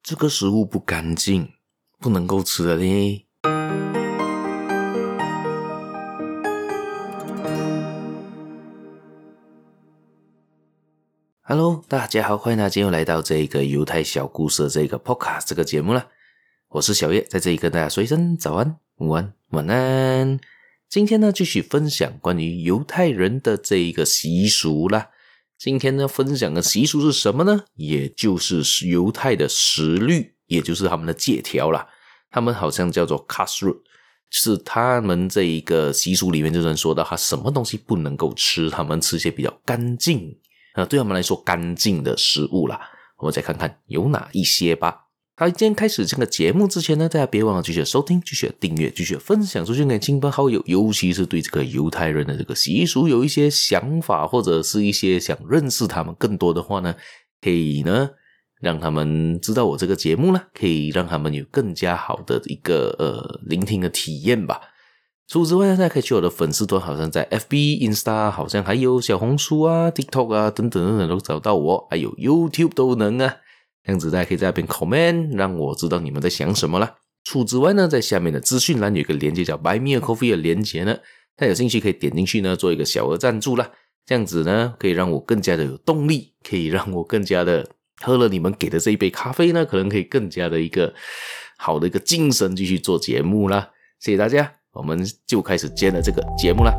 这个食物不干净，不能够吃的嘞。Hello， 大家好，欢迎大家今天又来到这个犹太小故事的这个 podcast 这个节目了。我是小叶，在这里跟大家说一声早安、午安、晚安。今天呢，继续分享关于犹太人的这一个习俗啦。今天呢，分享的习俗是什么呢？也就是犹太的十律，也就是他们的戒条啦。他们好像叫做 kashrut， 是他们这一个习俗里面就能说到他什么东西不能够吃，他们吃一些比较干净对他们来说干净的食物啦。我们再看看有哪一些吧。好，今天开始这个节目之前呢，大家别忘了继续收听，继续订阅，继续分享出去给亲朋好友，尤其是对这个犹太人的这个习俗有一些想法，或者是一些想认识他们更多的话呢，可以呢让他们知道我这个节目呢，可以让他们有更加好的一个聆听的体验吧。除此之外呢，大家可以去我的粉丝团，好像在 FB、Insta， 好像还有小红书啊、TikTok 啊等等等等都找到我，还有 YouTube 都能啊。这样子大家可以在那边 comment， 让我知道你们在想什么啦。除此之外呢，在下面的资讯栏有一个连结叫 Buy Me a Coffee 的连结呢，大家有兴趣可以点进去呢，做一个小额赞助啦。这样子呢，可以让我更加的有动力，可以让我更加的喝了你们给的这一杯咖啡呢，可能可以更加的一个好的一个精神继续做节目啦。谢谢大家，我们就开始今天的这个节目啦。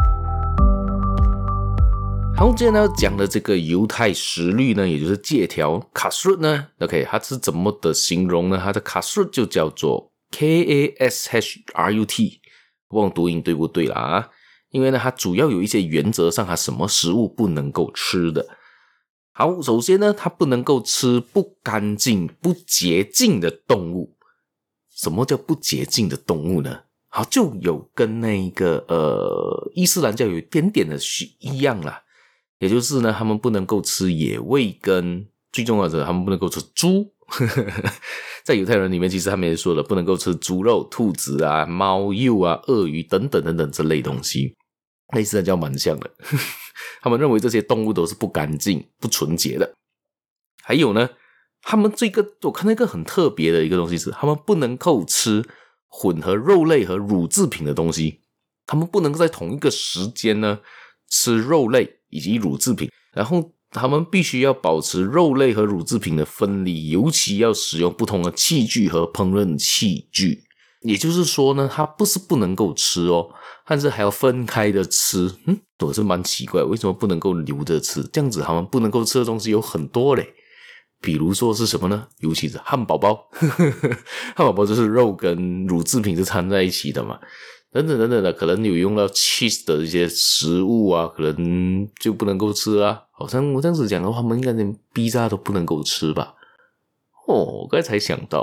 好，今天要讲的这个犹太十律呢，也就是戒条 kashrut 呢 OK， 它是怎么的形容呢？它的 kashrut 就叫做 kashrut， 不忘读音对不对啦因为呢它主要有一些原则上它什么食物不能够吃的。好，首先呢它不能够吃不干净不洁净的动物。什么叫不洁净的动物呢？好，就有跟那个伊斯兰教有一点点的一样啦。也就是呢，他们不能够吃野味，跟最重要的他们不能够吃猪在犹太人里面其实他们也说了不能够吃猪肉、兔子啊、猫鼬啊、鳄鱼等等等等这类东西，类似的叫蛮像的他们认为这些动物都是不干净不纯洁的。还有呢，他们这个我看到一个很特别的一个东西是他们不能够吃混合肉类和乳制品的东西。他们不能够在同一个时间呢吃肉类以及乳制品，然后他们必须要保持肉类和乳制品的分离，尤其要使用不同的器具和烹饪器具。也就是说呢，它不是不能够吃但是还要分开的吃。我是蛮奇怪，为什么不能够留着吃？这样子他们不能够吃的东西有很多嘞，比如说是什么呢？尤其是汉堡包汉堡包就是肉跟乳制品是掺在一起的嘛，等等等等的，可能有用到 cheese 的一些食物啊，可能就不能够吃啊。好像我这样子讲的话，他们应该连披萨都不能够吃吧？我刚才才想到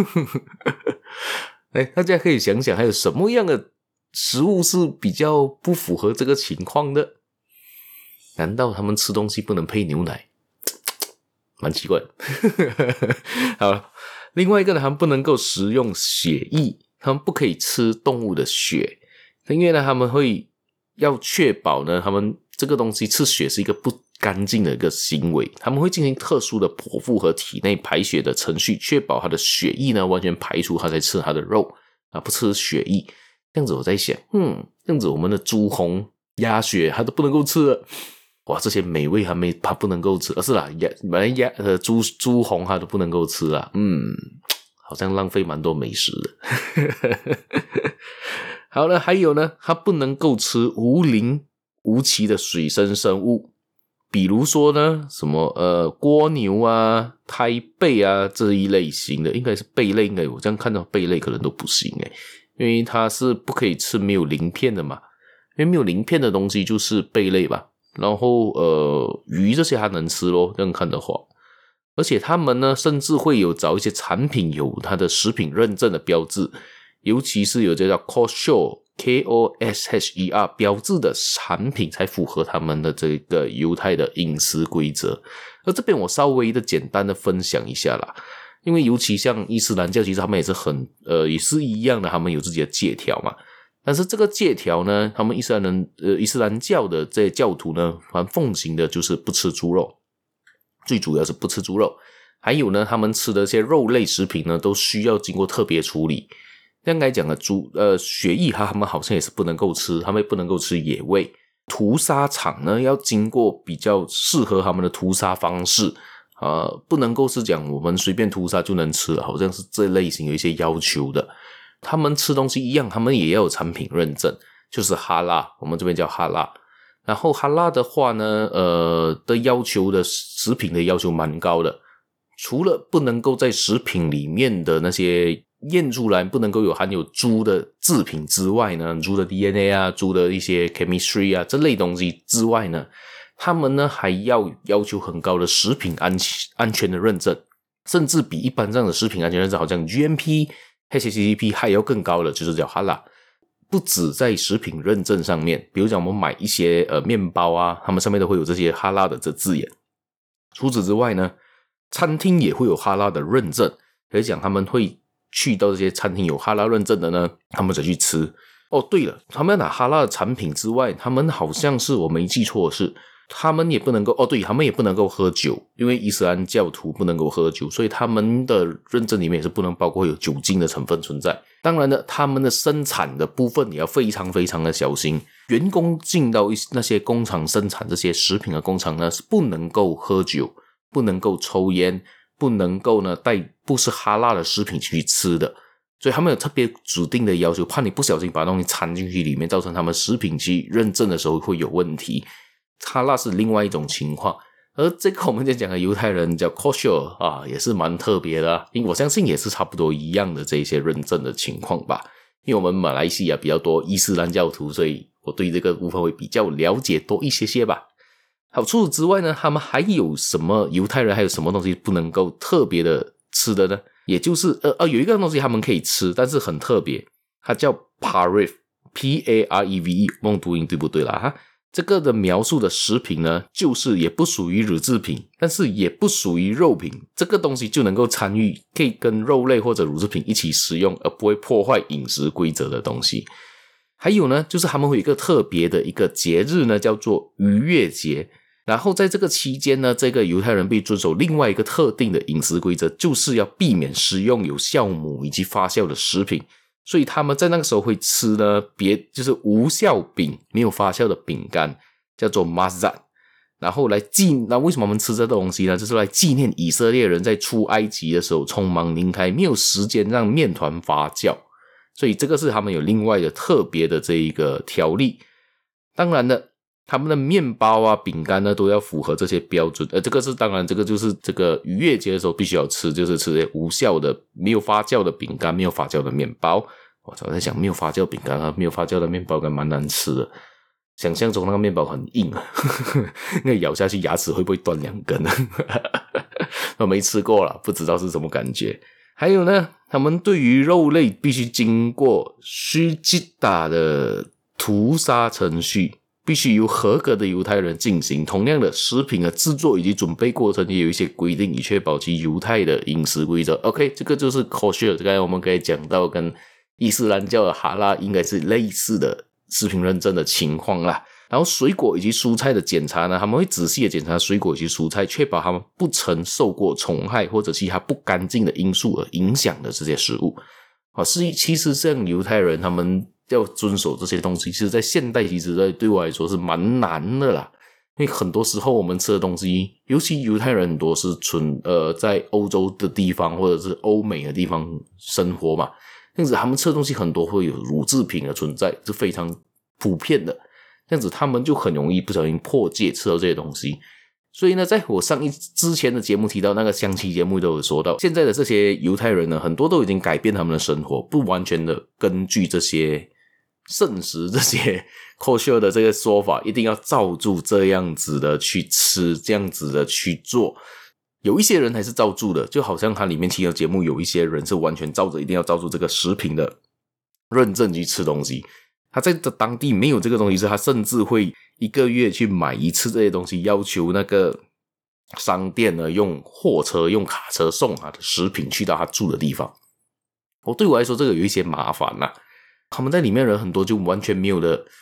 大家可以想想还有什么样的食物是比较不符合这个情况的？难道他们吃东西不能配牛奶？蛮奇怪的好了，另外一个呢，他们不能够食用血液，他们不可以吃动物的血，因为呢他们会要确保呢他们这个东西吃血是一个不干净的一个行为，他们会进行特殊的剖腹和体内排血的程序，确保他的血液呢完全排出，他才吃他的肉不吃血液。这样子我在想这样子我们的猪红鸭血他都不能够吃了，哇，这些美味他不能够吃，是啦，猪红他都不能够吃啦，好像浪费蛮多美食的好了，还有呢，他不能够吃无鳞无鳍的水生生物，比如说呢什么蜗牛啊、胎贝啊这一类型的，应该是贝类，应该我这样看到贝类可能都不行因为它是不可以吃没有鳞片的嘛，因为没有鳞片的东西就是贝类吧。然后鱼这些它能吃咯，这样看的话。而且他们呢甚至会有找一些产品有它的食品认证的标志，尤其是有这叫 kosher K-O-S-H-E-R 标志的产品才符合他们的这个犹太的饮食规则。而这边我稍微的简单的分享一下啦，因为尤其像伊斯兰教其实他们也是也是一样的，他们有自己的戒条嘛。但是这个戒条呢，他们伊斯兰教的这些教徒呢，奉行的就是不吃猪肉，最主要是不吃猪肉， 还有呢，他们吃的一些肉类食品呢，都需要经过特别处理。刚才讲的血液他们好像也是不能够吃，他们也不能够吃野味。屠杀场呢，要经过比较适合他们的屠杀方式，不能够是讲我们随便屠杀就能吃了，好像是这类型有一些要求的。他们吃东西一样，他们也要有产品认证，就是哈拉，我们这边叫哈拉。然后哈拉的话呢，的要求的食品的要求蛮高的，除了不能够在食品里面的那些验出来不能够有含有猪的制品之外呢，猪的 DNA 啊，猪的一些 chemistry 啊这类东西之外呢，他们呢还要求很高的食品安全的认证，甚至比一般这样的食品安全认证好像 GMP、HACCP 还要更高的，就是叫哈拉。不止在食品认证上面，比如讲我们买一些面包啊，他们上面都会有这些哈拉的这字眼。除此之外呢，餐厅也会有哈拉的认证，可以讲他们会去到这些餐厅有哈拉认证的呢，他们才去吃。对了，他们拿哈拉的产品之外，他们好像是我没记错的是，他们也不能够对，他们也不能够喝酒，因为伊斯兰教徒不能够喝酒，所以他们的认证里面也是不能包括有酒精的成分存在。当然了，他们的生产的部分也要非常非常的小心，员工进到那些工厂生产这些食品的工厂呢，是不能够喝酒，不能够抽烟，不能够呢带不是哈拉的食品去吃的，所以他们有特别指定的要求，怕你不小心把东西掺进去里面，造成他们食品去认证的时候会有问题。哈拉是另外一种情况，而这个我们讲的犹太人叫 kosher 也是蛮特别的，因为我相信也是差不多一样的这一些认证的情况吧。因为我们马来西亚比较多伊斯兰教徒，所以我对这个部分会比较了解多一些吧。好，除此之外呢，他们还有什么犹太人还有什么东西不能够特别的吃的呢？也就是有一个东西他们可以吃，但是很特别，它叫 Pareve P-A-R-E-V-E， 梦读音对不对啦哈？这个的描述的食品呢，就是也不属于乳制品，但是也不属于肉品，这个东西就能够参与，可以跟肉类或者乳制品一起食用，而不会破坏饮食规则的东西。还有呢，就是他们会有一个特别的一个节日呢，叫做逾越节。然后在这个期间呢，这个犹太人必遵守另外一个特定的饮食规则，就是要避免食用有酵母以及发酵的食品。所以他们在那个时候会吃呢，就是无酵饼，没有发酵的饼干，叫做 mazat。然后那为什么我们吃这东西呢？就是来纪念以色列人在出埃及的时候匆忙离开，没有时间让面团发酵。所以这个是他们有另外的特别的这一个条例。当然了，他们的面包啊、饼干呢都要符合这些标准。这个是当然，这个就是这个逾越节的时候必须要吃，就是吃这些无酵的、没有发酵的饼干、没有发酵的面包。我在想，没有发酵饼干和没有发酵的面包还蛮难吃的。想象中那个面包很硬，那个咬下去牙齿会不会断2根？我没吃过啦，不知道是什么感觉。还有呢，他们对于肉类必须经过须吉达的屠杀程序，必须由合格的犹太人进行。同样的，食品的制作以及准备过程也有一些规定，以确保其犹太的饮食规则。OK， 这个就是 kosher， 刚才我们可以讲到跟伊斯兰教的哈拉应该是类似的食品认证的情况啦。然后水果以及蔬菜的检查呢，他们会仔细的检查水果以及蔬菜，确保他们不曾受过虫害或者其他不干净的因素而影响的这些食物。其实像犹太人他们要遵守这些东西，其实在现代其实对我来说是蛮难的啦。因为很多时候我们吃的东西，尤其犹太人很多是在欧洲的地方或者是欧美的地方生活嘛，这样子他们吃的东西很多会有乳制品的存在，是非常普遍的。这样子他们就很容易不小心破戒吃到这些东西。所以呢，在我之前的节目提到那个香气节目都有说到，现在的这些犹太人呢，很多都已经改变他们的生活，不完全的根据这些圣食这些 kosher 的这个说法，一定要照住这样子的去吃，这样子的去做。有一些人还是照住的，就好像他里面其他节目有一些人是完全一定要照住这个食品的认证去吃东西。他在当地没有这个东西，是他甚至会1个月去买一次这些东西，要求那个商店呢用货车用卡车送他的食品去到他住的地方。对我来说这个有一些麻烦啦。他们在里面人很多就完全没有的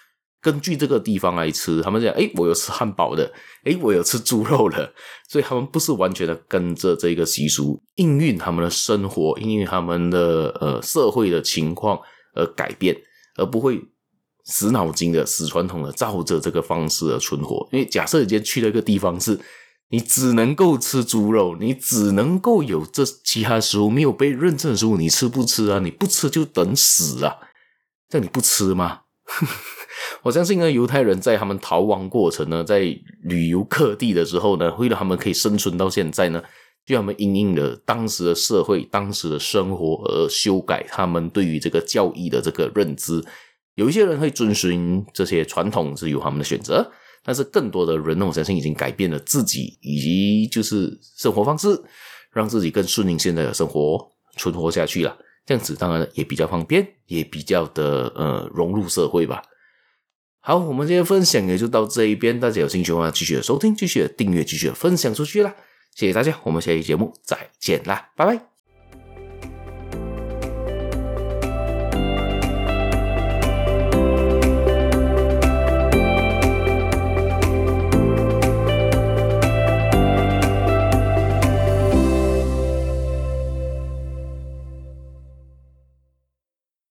根据这个地方来吃，他们讲我有吃汉堡的，我有吃猪肉的，所以他们不是完全的跟着这个习俗应运他们的生活，应运他们的社会的情况而改变，而不会死脑筋的死传统的照着这个方式而存活。因为假设你今天去了一个地方是你只能够吃猪肉，你只能够有这其他食物没有被认证的食物，你吃不吃啊？你不吃就等死啊，这样你不吃吗？我相信呢，犹太人在他们逃亡过程呢，在旅游各地的时候呢，为了他们可以生存到现在呢，就他们因应了当时的社会、当时的生活而修改他们对于这个教义的这个认知。有一些人会遵循这些传统是有他们的选择，但是更多的人呢，我相信已经改变了自己以及就是生活方式，让自己更顺应现在的生活存活下去了。这样子当然也比较方便，也比较的融入社会吧。好，我们今天分享也就到这一边，大家有兴趣的话继续的收听，继续的订阅，继续的分享出去啦。谢谢大家，我们下期节目再见啦，拜拜。